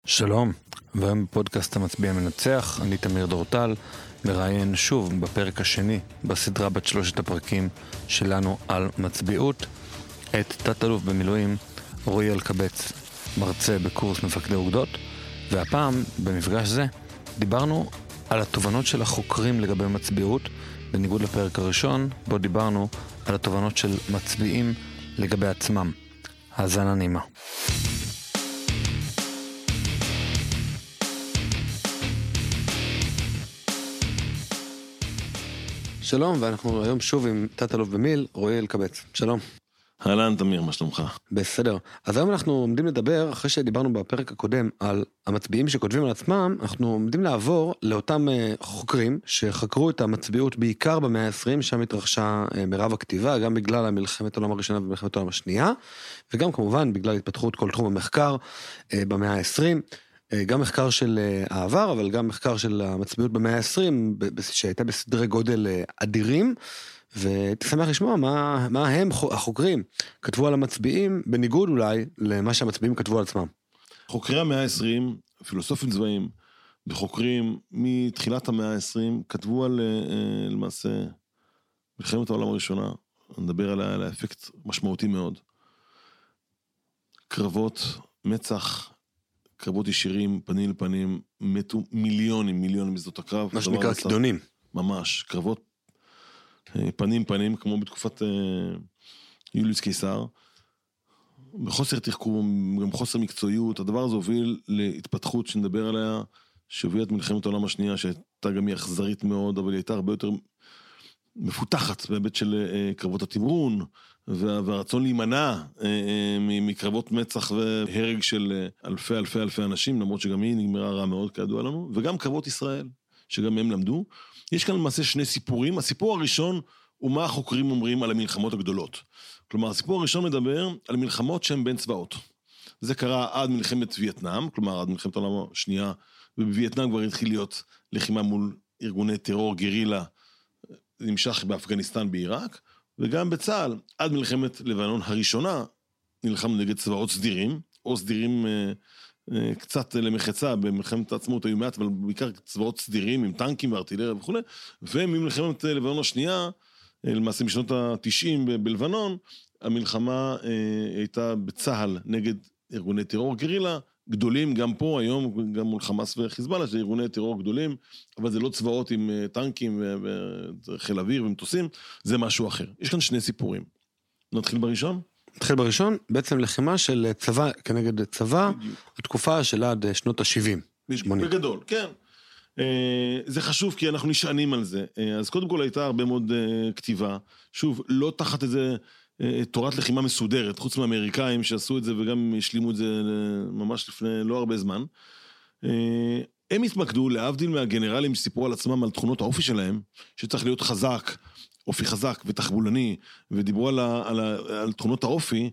שלום, והיום בפודקאסט המצביע המנצח, אני תמיר דורטל, מראיין שוב בפרק השני בסדרה בת 3 הפרקים שלנו על מצביעות, את תת-אלוף במילואים רועי אלקבץ, מרצה בקורס מפקדי אוגדות, והפעם במפגש זה דיברנו על התובנות של החוקרים לגבי מצביעות, בניגוד לפרק הראשון, בו דיברנו על התובנות של מצביעים לגבי עצמם. האזנה נעימה. שלום, ואנחנו היום שוב עם תת-אלוף במיל, רועי אלקבץ. שלום. אהלן תמיר, מה שלומך? בסדר. אז היום אנחנו עומדים לדבר, אחרי שדיברנו בפרק הקודם על המצביעים שכותבים על עצמם, אנחנו עומדים לעבור לאותם חוקרים שחקרו את המצביעות בעיקר במאה ה-20, שם התרחשה מרב הכתיבה, גם בגלל מלחמת העולם הראשונה ומלחמת העולם השנייה, וגם כמובן בגלל התפתחות כל תחום המחקר במאה ה-20, גם מחקר של העבר, אבל גם מחקר של המצביעות במאה ה-20, שהייתה בסדרי גודל אדירים, והייתי שמח לשמוע מה הם החוקרים כתבו על המצביעים, בניגוד אולי למה שהמצביעים כתבו על עצמם. חוקרי המאה ה-20, פילוסופים צבאיים, וחוקרים מתחילת המאה ה-20, כתבו על למעשה מלחמת העולם הראשונה, נדבר על האפקט משמעותי מאוד. קרבות, מצח, קרבות ישירים, פנים לפנים, מתו מיליונים בשדות הקרב. מה שנקרא כידונים. ממש, קרבות פנים, כמו בתקופת יוליוס קיסר. בחוסר תחכום, גם חוסר מקצועיות, הדבר הזה הוביל להתפתחות שנדבר עליה, שהובילה את מלחמת העולם השנייה, שהייתה גם היא אכזרית מאוד, אבל היא הייתה הרבה יותר מפותחת, בהיבט של קרבות התמרון, והרצון להימנע מקרבות מצח והרג של אלפי אנשים, למרות שגם היא נגמרה רע מאוד כידוע לנו, וגם קרבות ישראל, שגם הם למדו. יש כאן למעשה שני סיפורים. הסיפור הראשון הוא מה החוקרים אומרים על המלחמות הגדולות. כלומר, הסיפור הראשון מדבר על מלחמות שהן בין צבאות. זה קרה עד מלחמת וייטנאם, כלומר עד מלחמת העולם השנייה, ובווייטנאם כבר התחיל להיות לחימה מול ארגוני טרור גרילה, נמשך באפגניסטן בעיראק, וגם בצה"ל, עד מלחמת לבנון הראשונה, נלחם נגד צבאות סדירים, או סדירים קצת למחצה, במלחמת העצמאות היו מעט, אבל בעיקר צבאות סדירים עם טנקים וארטילריה וכו', וממלחמת לבנון השנייה, למעשה משנות ה-90 בלבנון, המלחמה הייתה בצה"ל נגד ארגוני טרור גרילה, גדולים גם פה היום, גם מול חמאס וחיזבאללה, זה ארגוני טרור גדולים, אבל זה לא צבאות עם טנקים וחיל אוויר ומטוסים, זה משהו אחר. יש כאן שני סיפורים. נתחיל בראשון? נתחיל בראשון, בעצם לחימה של צבא כנגד צבא, התקופה של עד שנות ה-70. בגדול, כן. זה חשוב כי אנחנו נשענים על זה. אז קודם כל הייתה הרבה מאוד כתיבה, שוב, לא תחת איזה תורת לחימה מסודרת, חוץ מהאמריקאים שעשו את זה וגם השלימו את זה ממש לפני לא הרבה זמן. הם התמקדו להבדיל מהגנרלים שסיפרו על עצמם על תכונות האופי שלהם, שצריך להיות חזק, אופי חזק ותחבולני, ודיברו על תכונות האופי.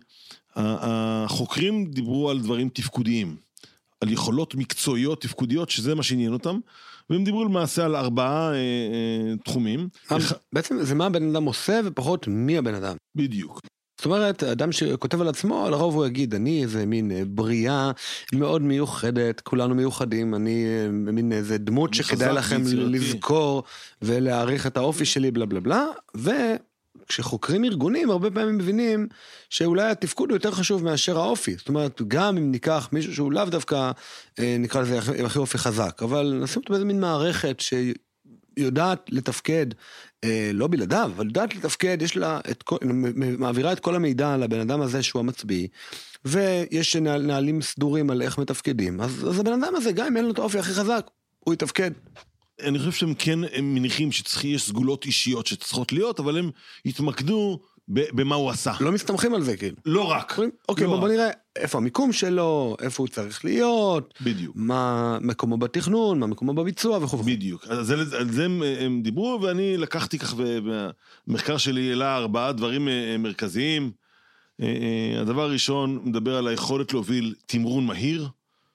החוקרים דיברו על דברים תפקודיים, על יכולות מקצועיות תפקודיות, שזה מה שעניין אותם, והם דיברו למעשה על 4 תחומים. בעצם זה מה הבן אדם עושה ופחות מי הבן אדם. בדיוק. זאת אומרת, אדם שכותב על עצמו, לרוב הוא יגיד, אני איזה מין בריאה מאוד מיוחדת, כולנו מיוחדים, אני מין איזה דמות שכדאי לכם לזכור ולהעריך את האופי שלי, בלה בלה בלה, וכשחוקרים ארגונים, הרבה פעמים מבינים שאולי התפקוד הוא יותר חשוב מאשר האופי. זאת אומרת, גם אם ניקח מישהו שהוא לאו דווקא, נקרא לזה הכי אופי חזק, אבל נשים אותו באיזה מין מערכת שיודעת לתפקד, לא בלעדיו, אבל יודעת לתפקד, יש לה מעבירה את כל המידע על הבן אדם הזה שהוא המצביעי, ויש נהלים סדורים על איך מתפקדים, אז הבן אדם הזה, גם אם אין לו את האופי הכי חזק, הוא יתפקד. אני חושב שהם כן הם מניחים שיש סגולות אישיות שצריכות להיות, אבל הם התמקדו במה הוא עשה. לא מסתמכים על זה, כאילו. לא רק. אוקיי, בוא נראה איפה המיקום שלו, איפה הוא צריך להיות. בדיוק. מה מקומו בתכנון, מה מקומו בביצוע וכו'. בדיוק. אז על זה הם דיברו, ואני לקחתי כך, במחקר שלי העלה 4 דברים מרכזיים. הדבר הראשון מדבר על היכולת להוביל תמרון מהיר.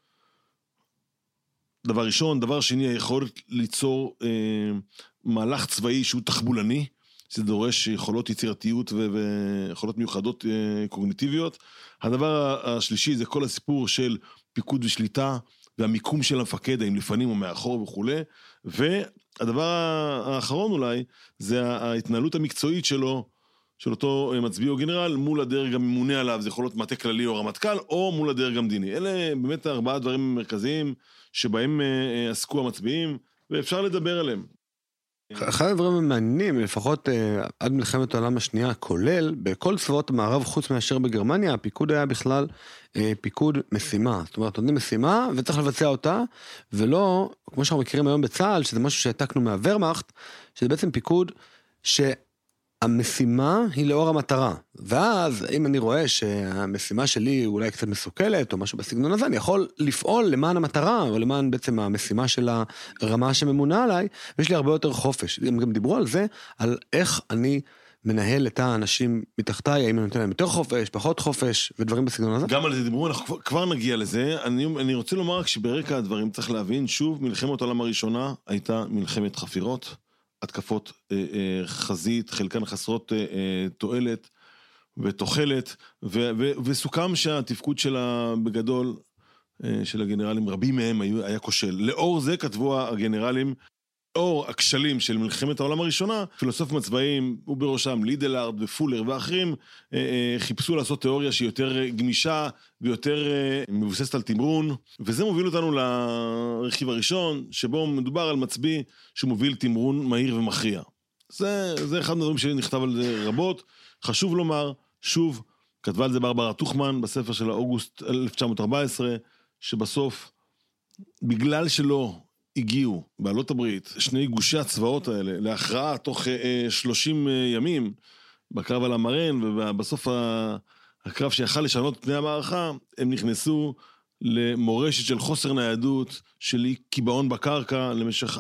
דבר ראשון. דבר שני, היכולת ליצור מהלך צבאי שהוא תחבולני, זה דורש יכולות יצירתיות ויכולות מיוחדות קוגניטיביות. הדבר השלישי זה כל הסיפור של פיקוד ושליטה, והמיקום של המפקד, האם לפנים או מאחור וכו'. והדבר האחרון אולי, זה ההתנהלות המקצועית שלו, של אותו מצביא או גנרל, מול הדרג הממונה עליו, זה יכול להיות מטה כללי או רמטכ"ל, או מול הדרג המדיני. אלה באמת 4 דברים מרכזיים, שבהם עסקו המצביעים, ואפשר לדבר עליהם. אחד הדברים המעניינים, לפחות עד מלחמת העולם השנייה, כולל בכל צבאות המערב חוץ מאשר בגרמניה, הפיקוד היה בכלל פיקוד משימה. זאת אומרת, נותנים משימה וצריך לבצע אותה, ולא, כמו שאנחנו מכירים היום בצה"ל, שזה משהו שהעתקנו מהוורמאכט, שזה בעצם פיקוד המשימה היא לאור המטרה, ואז אם אני רואה שהמשימה שלי אולי קצת מסוכלת או משהו בסגנון הזה, אני יכול לפעול למען המטרה, או למען בעצם המשימה של הרמה שממונה עליי, ויש לי הרבה יותר חופש. הם גם דיברו על זה, על איך אני מנהל את האנשים מתחתיי, האם אני נותן להם יותר חופש, פחות חופש, ודברים בסגנון הזה. גם על זה דיברו, אנחנו כבר נגיע לזה. אני רוצה לומר רק שברקע הדברים צריך להבין, שוב, מלחמת העולם הראשונה הייתה מלחמת חפירות, התקפות חזית, חלקן חסרות תועלת ותוחלת, וסוכם שהתפקוד שלה בגדול, של הגנרלים, רבים מהם היה כושל. לאור זה כתבו הגנרלים, לאור הכשלים של מלחמת העולם הראשונה, פילוסופים הצבאיים, ובראשם לידלארד ופולר ואחרים, חיפשו לעשות תיאוריה שהיא יותר גמישה ויותר מבוססת על תמרון, וזה מוביל אותנו לרכיב הראשון, שבו מדובר על מצביא שמוביל תמרון מהיר ומכריע. זה אחד מהדברים שנכתב על זה רבות. חשוב לומר, שוב, כתבה על זה ברברה טוכמן בספר של אוגוסט 1914, שבסוף, בגלל שלא הגיעו בעלות הברית, 2 גושי הצבאות האלה, להכרעה תוך 30 ימים, בקרב על המרן, ובסוף הקרב שיכל לשנות פני המערכה, הם נכנסו למורשת של חוסר ניידות, של קיבעון בקרקע, למשך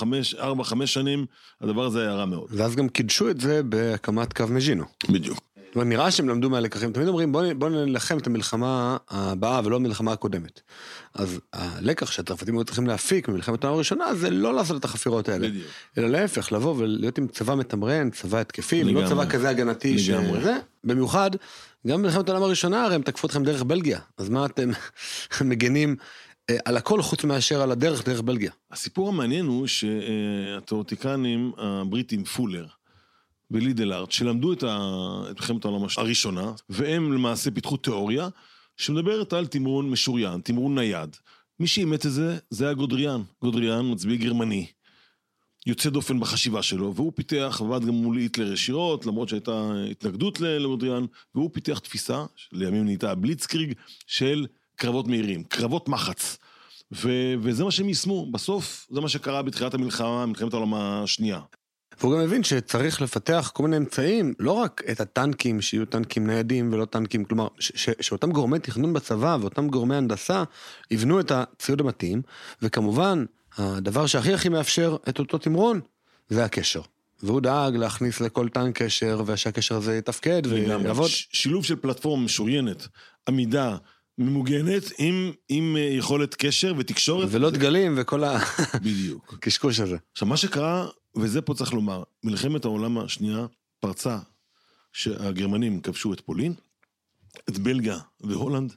4-5 שנים, הדבר הזה היה רע מאוד. ואז גם קידשו את זה בהקמת קו מז'ינו. בדיוק. נראה שהם למדו מהלקחים, תמיד אומרים בוא נלחם את המלחמה הבאה ולא המלחמה הקודמת. אז הלקח שהצרפתים היו צריכים להפיק ממלחמת העולם הראשונה, זה לא לעשות את החפירות האלה. בדיוק. אלא להפך, לבוא ולהיות עם צבא מתמרן, צבא התקפי, לא צבא כזה הגנתי שזה. במיוחד, גם במלחמת העולם הראשונה הרי הם תקפו אתכם דרך בלגיה. אז מה אתם מגנים על הכל חוץ מאשר על הדרך דרך בלגיה? הסיפור המעניין הוא שהתיאורטיקנים הבריטים פולר, ולידלארד, שלמדו את מלחמת העולם הראשונה, והם למעשה פיתחו תיאוריה, שמדברת על תמרון משוריין, תמרון נייד. מי שאימץ את זה, זה היה גודריאן. גודריאן, מצביא גרמני, יוצא דופן בחשיבה שלו, והוא פיתח, עבד גם מול היטלר ישירות, למרות שהייתה התנגדות לגודריאן, והוא פיתח תפיסה, לימים נהייתה בליצקריג, של קרבות מהירים, קרבות מחץ. וזה מה שהם יישמו. בסוף, זה מה שקרה בתחילת המלחמה, מלחמת העולם השנייה. והוא גם מבין שצריך לפתח כל מיני אמצעים, לא רק את הטנקים, שיהיו טנקים ניידים ולא טנקים, כלומר, שאותם גורמי תכנון בצבא ואותם גורמי הנדסה יבנו את הציוד המתאים, וכמובן, הדבר שהכי מאפשר את אותו תמרון, זה הקשר. והוא דאג להכניס לכל טנק קשר, ושהקשר הזה יתפקד ויעבוד. שילוב של פלטפורמה משוריינת, עמידה, ממוגנת, עם יכולת קשר ותקשורת. ולא דגלים וכל בדיוק. הקשקוש הזה. עכשיו, מה שקרה, וזה פה צריך לומר, מלחמת העולם השנייה פרצה שהגרמנים כבשו את פולין, את בלגיה והולנד,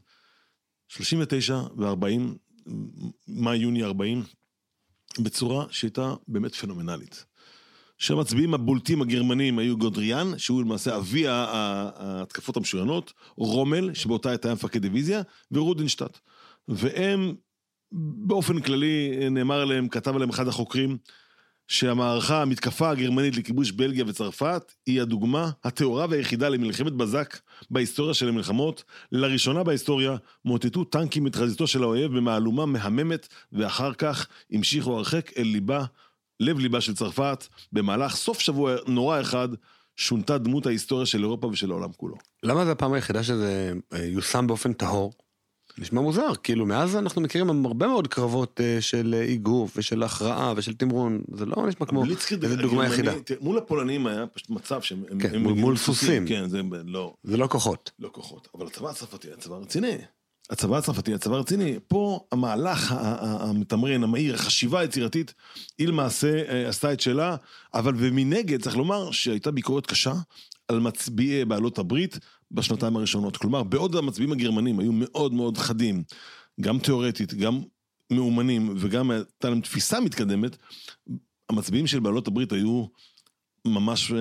39 ו-40, מאי-יוני 40, בצורה שהייתה באמת פנומנלית. שהמצביעים הבולטים הגרמנים היו גודריאן, שהוא למעשה אבי ההתקפות המשוריינות, רומל, שבאותה הייתה מפקד דיוויזיה, ורודנשטט. והם, באופן כללי, נאמר עליהם, כתב עליהם אחד החוקרים, שהמערכה, המתקפה הגרמנית לכיבוש בלגיה וצרפת, היא הדוגמה התיאורה והיחידה למלחמת בזק בהיסטוריה של המלחמות. לראשונה בהיסטוריה מוטטו טנקים את חזיתו של האויב במהלומה מהממת, ואחר כך המשיכו הרחק אל לב ליבה של צרפת. במהלך סוף שבוע נורא אחד, שונתה דמות ההיסטוריה של אירופה ושל העולם כולו. למה זה הפעם היחידה שזה יושם באופן טהור? נשמע מוזר, כאילו מאז אנחנו מכירים הרבה מאוד קרבות של איגוף ושל הכרעה ושל תמרון, זה לא נשמע כמו איזה דוגמה יחידה. מול הפולנים היה פשוט מצב שהם... כן, מול סוסים. כן, זה לא... זה לא כוחות. לא כוחות, אבל הצבא הצרפתי היה צבא רציני. הצבא הצרפתי היה צבא רציני. פה המהלך המתמרן, המהיר, החשיבה היצירתית, היא למעשה עשתה את שלה, אבל ומנגד צריך לומר שהייתה ביקורת קשה על מצביעי בעלות הברית בשנתיים הראשונות. כלומר, בעוד המצביעים הגרמנים היו מאוד מאוד חדים, גם תיאורטית, גם מאומנים, וגם הייתה להם תפיסה מתקדמת, המצביעים של בעלות הברית היו ממש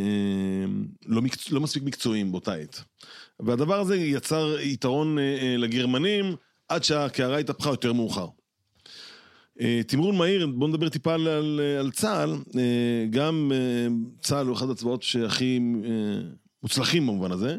לא מספיק מקצועיים באותה עת. והדבר הזה יצר יתרון לגרמנים, עד שהקערה התהפכה יותר מאוחר. תמרון מהיר, בואו נדבר טיפה על צה"ל, גם צה"ל הוא אחד הצבאות שהכי מוצלחים במובן הזה,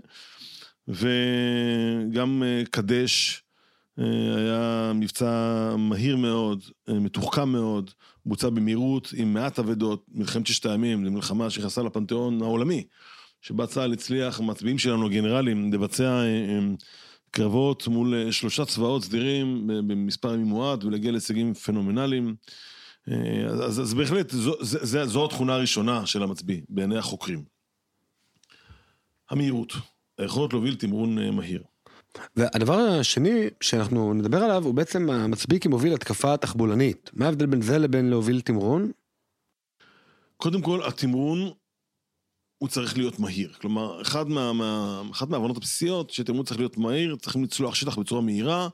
וגם קדש היה מבצע מהיר מאוד, מתוחכם מאוד, בוצע במהירות עם מעט עבדות, מלחמת ששת הימים, למלחמה שנכנסה לפנתיאון העולמי, שבה צה"ל הצליח, המצביעים שלנו, הגנרלים, לבצע קרבות מול 3 צבאות סדירים במספר ימים מועט, ולהגיע להישגים פנומנליים. אז בהחלט, זו התכונה הראשונה של המצביא, בעיני החוקרים. המהירות, היכולת להוביל תמרון מהיר. והדבר השני שאנחנו נדבר עליו, הוא בעצם המצביא כמוביל התקפה תחבולנית. מה ההבדל בין זה לבין להוביל תמרון? קודם כל, התמרון הוא צריך להיות מהיר. כלומר, אחת מההבנות הבסיסיות, שתמרון צריך להיות מהיר, צריכים לצלוח שטח בצורה מהירה,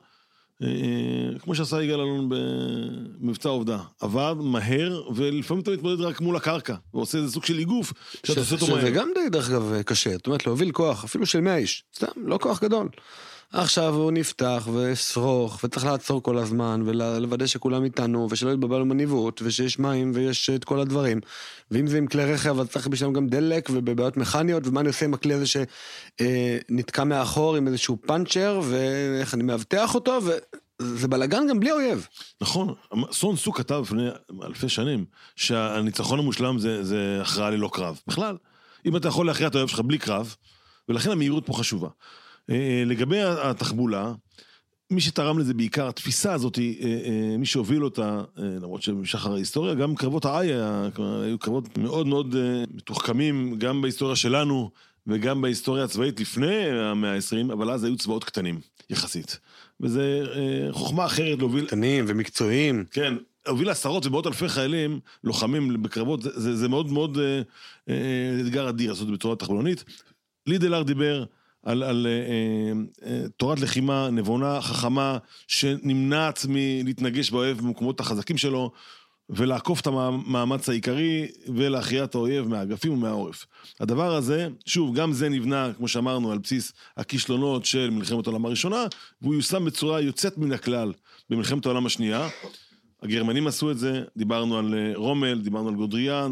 כמו שעשה יגאל אלון במבצע עובדה. עבד מהר, ולפעמים אתה מתמודד רק מול הקרקע, ועושה איזה סוג של איגוף, שאתה עושה אותו מהר. שזה גם די דרך אגב קשה, זאת אומרת, להוביל כוח, אפילו של 100 איש, סתם, לא כוח גדול. עכשיו הוא נפתח וסרוך, וצריך לעצור כל הזמן, ולוודא שכולם איתנו, ושלא יתבלבלו מניווט, ושיש מים, ויש את כל הדברים. ואם זה עם כלי רכב, אז צריך בשביל גם דלק, ובבעיות מכניות, ומה אני עושה עם הכלי הזה שנתקע מאחור עם איזשהו פאנצ'ר, ואיך אני מאבטח אותו, וזה בלגן גם בלי אויב. נכון, סון סוק כתב לפני אלפי שנים, שהניצחון המושלם זה הכרעה ללא קרב. בכלל, אם אתה יכול להכריע את האויב שלך בלי קרב, ולכן המהירות פה חשובה. לגבי התחבולה, מי שתרם לזה בעיקר, התפיסה הזאת, מי שהוביל אותה, למרות שבמשחר ההיסטוריה, גם קרבות העי, היו קרבות מאוד מאוד מתוחכמים, גם בהיסטוריה שלנו, וגם בהיסטוריה הצבאית לפני המאה ה-20, אבל אז היו צבאות קטנים, יחסית. וזה חוכמה אחרת להוביל... קטנים ומקצועיים. כן, להוביל עשרות ומאות אלפי חיילים, לוחמים בקרבות, זה מאוד מאוד אתגר אדיר, לעשות בצורה תחבולנית. לי דלר דיבר על תורת לחימה נבונה, חכמה, שנמנעת מלהתנגש באויב במקומות החזקים שלו, ולעקוף את המאמץ העיקרי, ולהכריע את האויב מהאגפים ומהעורף. הדבר הזה, שוב, גם זה נבנה, כמו שאמרנו, על בסיס הכישלונות של מלחמת העולם הראשונה, והוא יושם בצורה יוצאת מן הכלל במלחמת העולם השנייה. הגרמנים עשו את זה, דיברנו על רומל, דיברנו על גודריאן,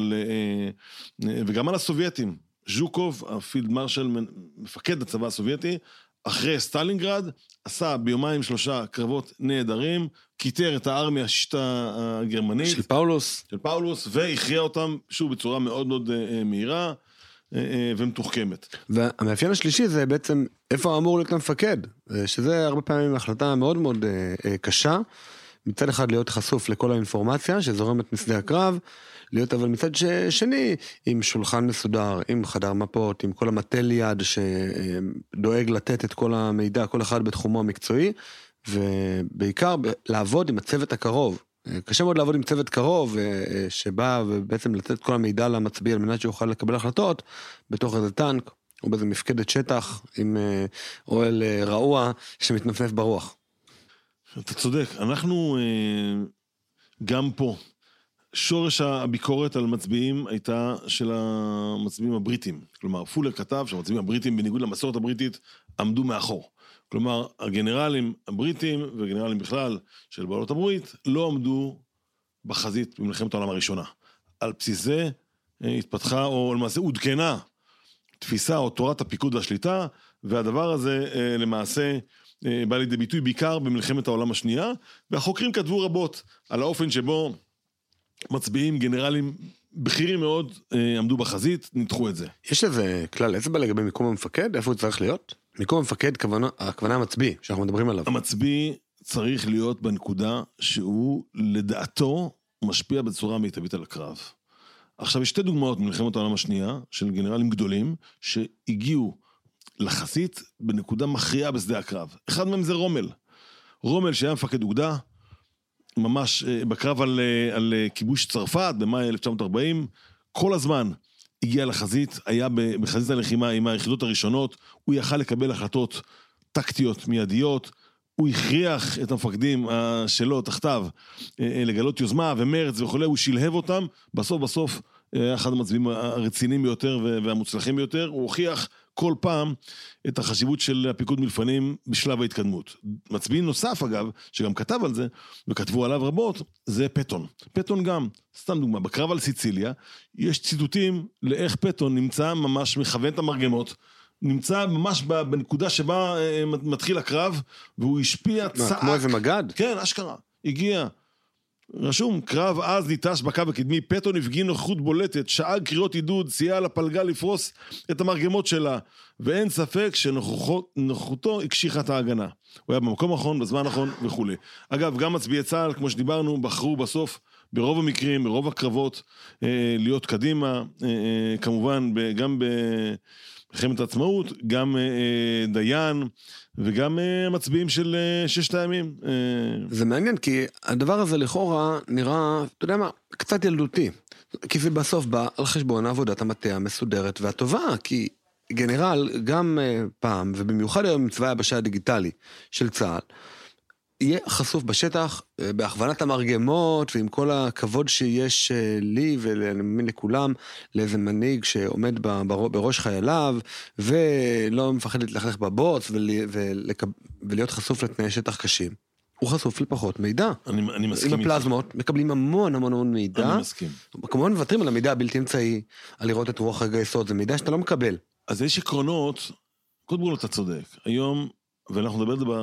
וגם על הסובייטים. ז'וקוב, הפילד מרשל, מפקד הצבא הסובייטי, אחרי סטלינגרד, עשה ביומיים 3 קרבות נהדרים, כיתר את הארמיה הגרמנית. של פאולוס. והכריע אותם, שוב, בצורה מאוד מאוד מהירה ומתוחכמת. והמאפיין השלישי זה בעצם איפה אמור להיות המפקד, שזה הרבה פעמים החלטה מאוד מאוד קשה, מצד אחד להיות חשוף לכל האינפורמציה שזורמת משדה הקרב, להיות אבל מצד שני עם שולחן מסודר, עם חדר מפות, עם כל המטה ליד שדואג לתת את כל המידע, כל אחד בתחומו המקצועי, ובעיקר לעבוד עם הצוות הקרוב. קשה מאוד לעבוד עם צוות קרוב שבא ובעצם לתת כל המידע למצביא על מנת שיוכל לקבל החלטות בתוך איזה טנק או באיזה מפקדת שטח עם אוהל רעוע שמתנפנף ברוח. אתה צודק, אנחנו גם פה, שורש הביקורת על מצביעים הייתה של המצביעים הבריטים. כלומר, פולר כתב שהמצביעים הבריטים, בניגוד למסורת הבריטית, עמדו מאחור. כלומר, הגנרלים הבריטים והגנרלים בכלל של בעלות הברית לא עמדו בחזית במלחמת העולם הראשונה. על בסיס זה התפתחה, או למעשה עודכנה, תפיסה או תורת הפיקוד והשליטה, והדבר הזה למעשה בא לידי ביטוי בעיקר במלחמת העולם השנייה, והחוקרים כתבו רבות על האופן שבו מצביעים גנרלים בכירים מאוד עמדו בחזית, ניתחו את זה. יש איזה כלל אצבע לגבי מיקום המפקד? איפה הוא צריך להיות? מיקום המפקד, הכוונה המצביא, שאנחנו מדברים עליו. המצביא צריך להיות בנקודה שהוא לדעתו משפיע בצורה מיטבית על הקרב. עכשיו יש 2 דוגמאות ממלחמת העולם השנייה של גנרלים גדולים שהגיעו לחזית בנקודה מכריעה בשדה הקרב. אחד מהם זה רומל. רומל שהיה מפקד אוגדה, ממש בקרב על כיבוש צרפת במאי 1940, כל הזמן הגיע לחזית, היה בחזית הלחימה עם היחידות הראשונות, הוא יכל לקבל החלטות טקטיות מיידיות, הוא הכריח את המפקדים שלו תחתיו לגלות יוזמה ומרץ וכו', הוא שלהב אותם, בסוף אחד המצביעים הרציניים ביותר והמוצלחים ביותר, הוא הוכיח כל פעם את החשיבות של הפיקוד מלפנים בשלב ההתקדמות. מצביע נוסף אגב, שגם כתב על זה, וכתבו עליו רבות, זה פטון. פטון גם, סתם דוגמה, בקרב על סיציליה, יש ציטוטים לאיך פטון נמצא ממש מכוון את המרגמות, נמצא ממש בנקודה שבה מתחיל הקרב, והוא השפיע צעק. כמו איזה מגד? כן, אשכרה. הגיע. רשום, קרב אז ניטש בקו הקדמי, פטון הפגין נוכחות בולטת, שאג קריאות עידוד, סייע לפלגה לפרוס את המרגמות שלה, ואין ספק שנוכחותו הקשיחה את ההגנה. הוא היה במקום נכון, בזמן נכון וכו'. אגב, גם מצביעי צה"ל, כמו שדיברנו, בחרו בסוף, ברוב המקרים, ברוב הקרבות, להיות קדימה, כמובן, גם במלחמת העצמאות, גם דיין, וגם מצביעים של ששת הימים. זה מעניין, כי הדבר הזה לכאורה נראה, אתה יודע מה, קצת ילדותי. כי זה בסוף בא על חשבון עבודת המטה המסודרת והטובה, כי גנרל גם פעם, ובמיוחד היום עם צבא היבשה הדיגיטלי של צה"ל, יהיה חשוף בשטח, בהכוונת המרגמות, ועם כל הכבוד שיש לי ואני מאמין לכולם, לאיזה מנהיג שעומד בראש חייליו, ולא מפחד להתלכלך בבוץ, ולהיות חשוף לתנאי שטח קשים. הוא חשוף לפחות מידע. אני מסכים. עם הפלזמות, מקבלים המון מידע. אני מסכים. כמובן מוותרים על המידע הבלתי אמצעי, על לראות את רוח רגע יסוד, זה מידע שאתה לא מקבל. אז יש עקרונות, קודם כל אתה צודק. היום, ואנחנו נדבר את זה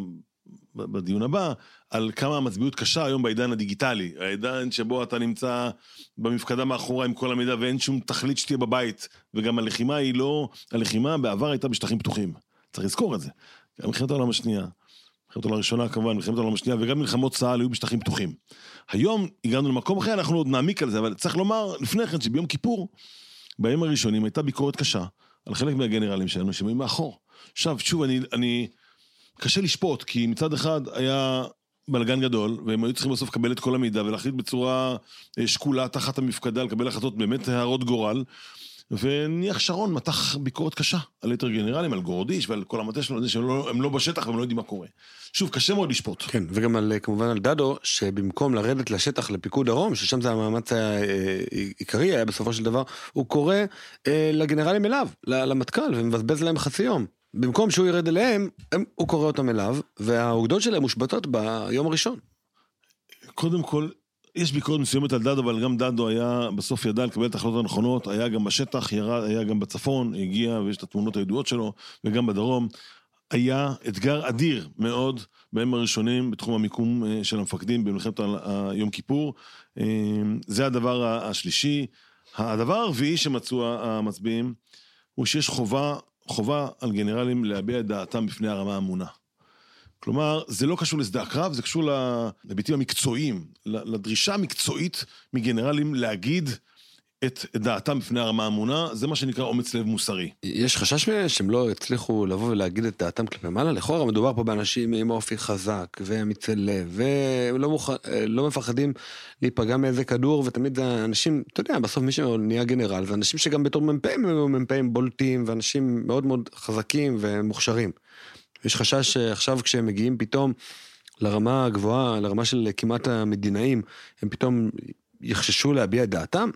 בדיון הבא, על כמה המצביעות קשה היום בעידן הדיגיטלי, העידן שבו אתה נמצא במפקדה מאחורה עם כל המידע, ואין שום תכלית שתהיה בבית, וגם הלחימה היא לא, הלחימה בעבר הייתה בשטחים פתוחים, צריך לזכור את זה, גם מלחמת העולם השנייה, מלחמת העולם הראשונה כמובן, מלחמת העולם השנייה, וגם מלחמות צה"ל היו בשטחים פתוחים. היום הגענו למקום אחר, אנחנו עוד נעמיק על זה, אבל צריך לומר לפני כן שביום כיפור, בימים הראשונים הייתה ביקורת קשה, על חלק מהגנרלים שלנו שמאים מאחור. עכשיו, שוב, אני קשה לשפוט, כי מצד אחד היה בלגן גדול, והם היו צריכים בסוף לקבל את כל המידע, ולהחליט בצורה שקולה תחת המפקדה, לקבל החלטות באמת הערות גורל, וניח שרון מתח ביקורת קשה על יתר גנרלים, על גורדיש ועל כל המטה שלו, שהם לא בשטח והם לא יודעים מה קורה. שוב, קשה מאוד לשפוט. כן, וגם כמובן על דדו, שבמקום לרדת לשטח לפיקוד דרום, ששם זה המאמץ העיקרי, היה בסופו של דבר, הוא קורא לגנרלים אליו, למטכ"ל, ומבזבז להם חצי יום. במקום שהוא ירד אליהם, הוא קורא אותם אליו, והאוגדות שלהם מושבתות ביום הראשון. קודם כל, יש ביקורת מסוימת על דדו, אבל גם דדו היה בסוף ידע לקבל את ההחלטות הנכונות, היה גם בשטח, היה גם בצפון, הגיע, ויש את התמונות הידועות שלו, וגם בדרום. היה אתגר אדיר מאוד, בימים הראשונים, בתחום המיקום של המפקדים, במלחמת יום כיפור. זה הדבר השלישי. הדבר הרביעי שמצאו המצביעים, הוא שיש חובה על גנרלים להביע את דעתם בפני הרמה האמונה. כלומר, זה לא קשור לשדה הקרב, זה קשור להיבטים המקצועיים, לדרישה המקצועית מגנרלים להגיד את דעתם בפני הרמה האמונה, זה מה שנקרא אומץ לב מוסרי. יש חשש שהם לא הצליחו לבוא ולהגיד את דעתם כלפי מעלה, לכאורה מדובר פה באנשים עם אופי חזק ואמיצי לב, ולא מפחדים להיפגע מאיזה כדור, ותמיד האנשים, אתה יודע, בסוף מי שנהיה גנרל, זה אנשים שגם בתור מ"פים בולטים, ואנשים מאוד מאוד חזקים ומוכשרים. יש חשש שעכשיו כשהם מגיעים פתאום לרמה הגבוהה, לרמה של כמעט המדינאים, הם פתאום יחששו להביע את דעתם?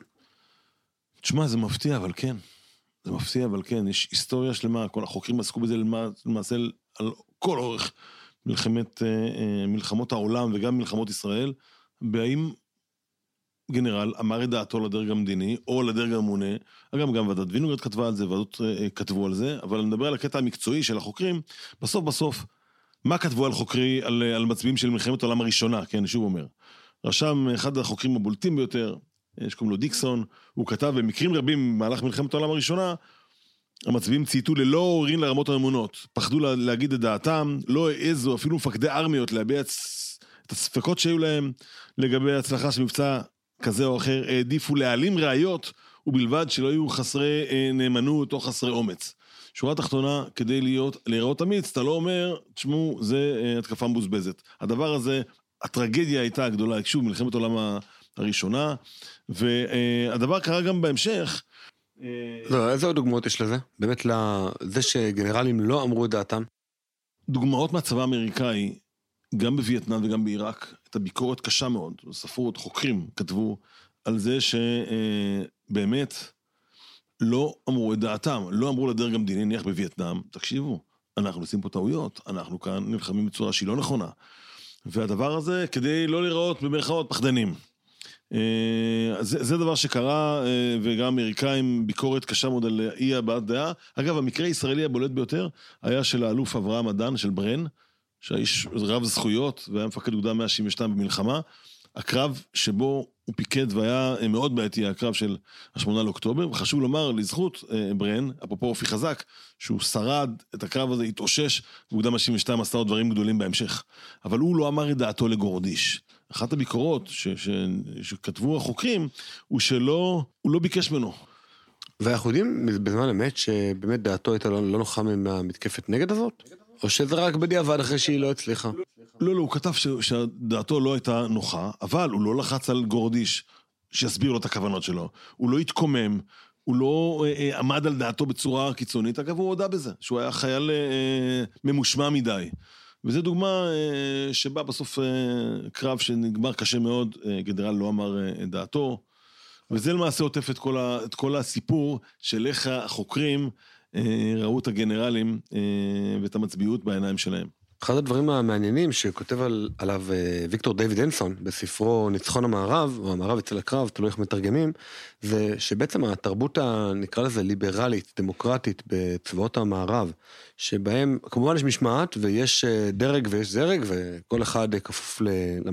תשמע, זה מפתיע, אבל כן. זה מפתיע, אבל כן. יש היסטוריה שלמה, כל החוקרים עסקו בזה למעשה על כל אורך מלחמות העולם וגם מלחמות ישראל, בהאם גנרל אמר את דעתו לדרג המדיני או לדרג הממונה, אגב, גם ועדת וינוגרד כתבה על זה, ועדות כתבו על זה, אבל אני מדבר על הקטע המקצועי של החוקרים, בסוף, מה כתבו על חוקרי, על מצביעים של מלחמת העולם הראשונה, כן, שוב אומר. רשם אחד החוקרים הבולטים ביותר, שקוראים לו דיקסון, הוא כתב במקרים רבים במהלך מלחמת העולם הראשונה, המצביעים צייתו ללא הורין לרמות הממונות, פחדו להגיד את דעתם, לא העזו אפילו מפקדי ארמיות להביע את הספקות שהיו להם לגבי הצלחה של מבצע כזה או אחר, העדיפו להעלים ראיות, ובלבד שלא יהיו חסרי נאמנות או חסרי אומץ. שורה תחתונה, כדי להיראות אמיץ, אתה לא אומר, תשמעו, זה התקפה מבוזבזת. הדבר הזה, הטרגדיה הייתה הגדולה, שוב, מלחמת העולם הראשונה, והדבר קרה גם בהמשך. לא, איזה עוד דוגמאות יש לזה? באמת לזה שגנרלים לא אמרו את דעתם? דוגמאות מהצבא האמריקאי, גם בווייטנאם וגם בעיראק, את הביקורת קשה מאוד, ספרות, חוקרים כתבו על זה שבאמת לא אמרו את דעתם, לא אמרו לדרג המדיני, נניח בווייטנאם, תקשיבו, אנחנו עושים פה טעויות, אנחנו כאן נלחמים בצורה שהיא לא נכונה, והדבר הזה כדי לא לראות במרכאות פחדנים. זה דבר שקרה, וגם האמריקאים ביקורת קשה מאוד על אי הבעת דעה. אגב, המקרה הישראלי הבולט ביותר היה של האלוף אברהם אדן של ברן, שהאיש רב זכויות והיה מפקד אוגדה 162 במלחמה. הקרב שבו הוא פיקד והיה מאוד בעייתי, הקרב של ה8 לאוקטובר, וחשוב לומר לזכות ברן, אפרופו אופי חזק, שהוא שרד את הקרב הזה, התאושש, ואוגדה 162 עשתה עוד דברים גדולים בהמשך. אבל הוא לא אמר את דעתו לגורדיש. אחת הביקורות שכתבו החוקרים, הוא שלא, הוא לא ביקש ממנו. ואנחנו יודעים בזמן אמת שבאמת דעתו הייתה לא נוחה מהמתקפת נגד הזאת? או שזה רק בדיעבד אחרי שהיא לא הצליחה? לא, הוא כתב שדעתו לא הייתה נוחה, אבל הוא לא לחץ על גורדיש שיסביר לו את הכוונות שלו. הוא לא התקומם, הוא לא עמד על דעתו בצורה קיצונית. אגב, הוא הודע בזה, שהוא היה חייל ממושמע מדי. וזו דוגמה שבה בסוף קרב שנגמר קשה מאוד, גנרל לא אמר את דעתו, וזה למעשה עוטף את כל הסיפור של איך החוקרים ראו את הגנרלים ואת המצביעות בעיניים שלהם. אחד הדברים המעניינים שכותב עליו ויקטור דיוויד הנסון בספרו ניצחון המערב, או המערב אצל הקרב, תלוי איך מתרגמים, זה שבעצם התרבות נקרא לזה ליברלית, דמוקרטית בצבאות המערב, שבהם כמובן יש משמעת ויש דרג ויש זרג וכל אחד כפוף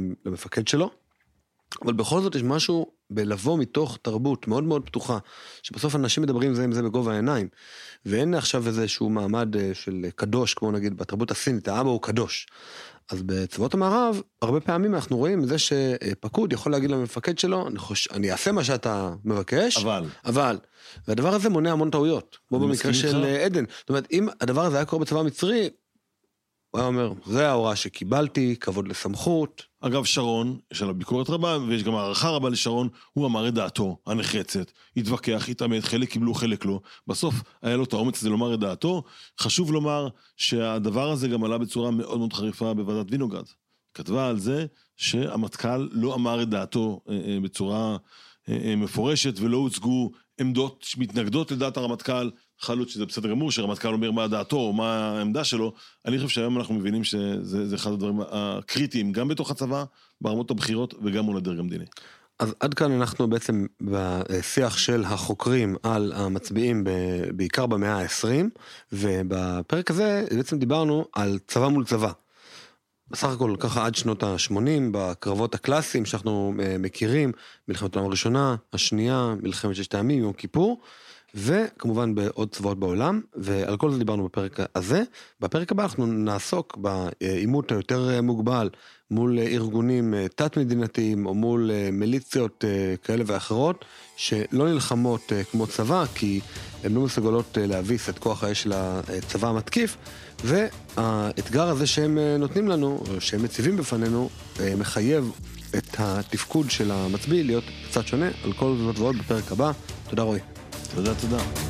למפקד שלו, אבל בכל זאת יש משהו בלבוא מתוך תרבות מאוד מאוד פתוחה, שבסוף אנשים מדברים זה עם זה בגובה העיניים, ואין עכשיו איזשהו מעמד של קדוש, כמו נגיד בתרבות הסינית, האבא הוא קדוש. אז בצבאות המערב, הרבה פעמים אנחנו רואים זה שפקוד יכול להגיד למפקד שלו, אני אעשה מה שאתה מבקש, אבל, והדבר הזה מונע המון טעויות, כמו במקרה של עדן. זאת אומרת, אם הדבר הזה היה קורה בצבא המצרי, הוא היה אומר, זה ההוראה שקיבלתי, כבוד לסמכות. אגב, שרון, יש עליו ביקורת רבה, ויש גם הערכה רבה לשרון, הוא אמר את דעתו, הנחרצת, התווכח, התאמת, חלק קיבלו, חלק לא. בסוף היה לו את האומץ הזה לומר את דעתו. חשוב לומר שהדבר הזה גם עלה בצורה מאוד מאוד חריפה בוועדת וינוגרד. כתבה על זה שהמטכ"ל לא אמר את דעתו בצורה מפורשת, ולא הוצגו עמדות שמתנגדות לדעת הרמטכ"ל. חלות שזה בסדר גמור, שרמטכ"ל אומר מה דעתו או מה העמדה שלו. אני חושב שהיום אנחנו מבינים שזה אחד הדברים הקריטיים, גם בתוך הצבא, ברמות הבחירות, וגם מול הדרג המדיני. אז עד כאן אנחנו בעצם בשיח של החוקרים על המצביעים בעיקר במאה ה-20, ובפרק הזה בעצם דיברנו על צבא מול צבא. בסך הכל ככה עד שנות ה-80, בקרבות הקלאסיים שאנחנו מכירים, מלחמת העולם הראשונה, השנייה, מלחמת ששת הימים, יום כיפור, וכמובן בעוד צבאות בעולם, ועל כל זה דיברנו בפרק הזה. בפרק הבא אנחנו נעסוק בעימות היותר מוגבל מול ארגונים תת-מדינתיים או מול מיליציות כאלה ואחרות שלא נלחמות כמו צבא, כי הן לא מסוגלות להביס את כוח האש של הצבא המתקיף, והאתגר הזה שהם נותנים לנו, או שהם מציבים בפנינו, מחייב את התפקוד של המצביא להיות קצת שונה. על כל זאת ועוד בפרק הבא. תודה רועי. תודה.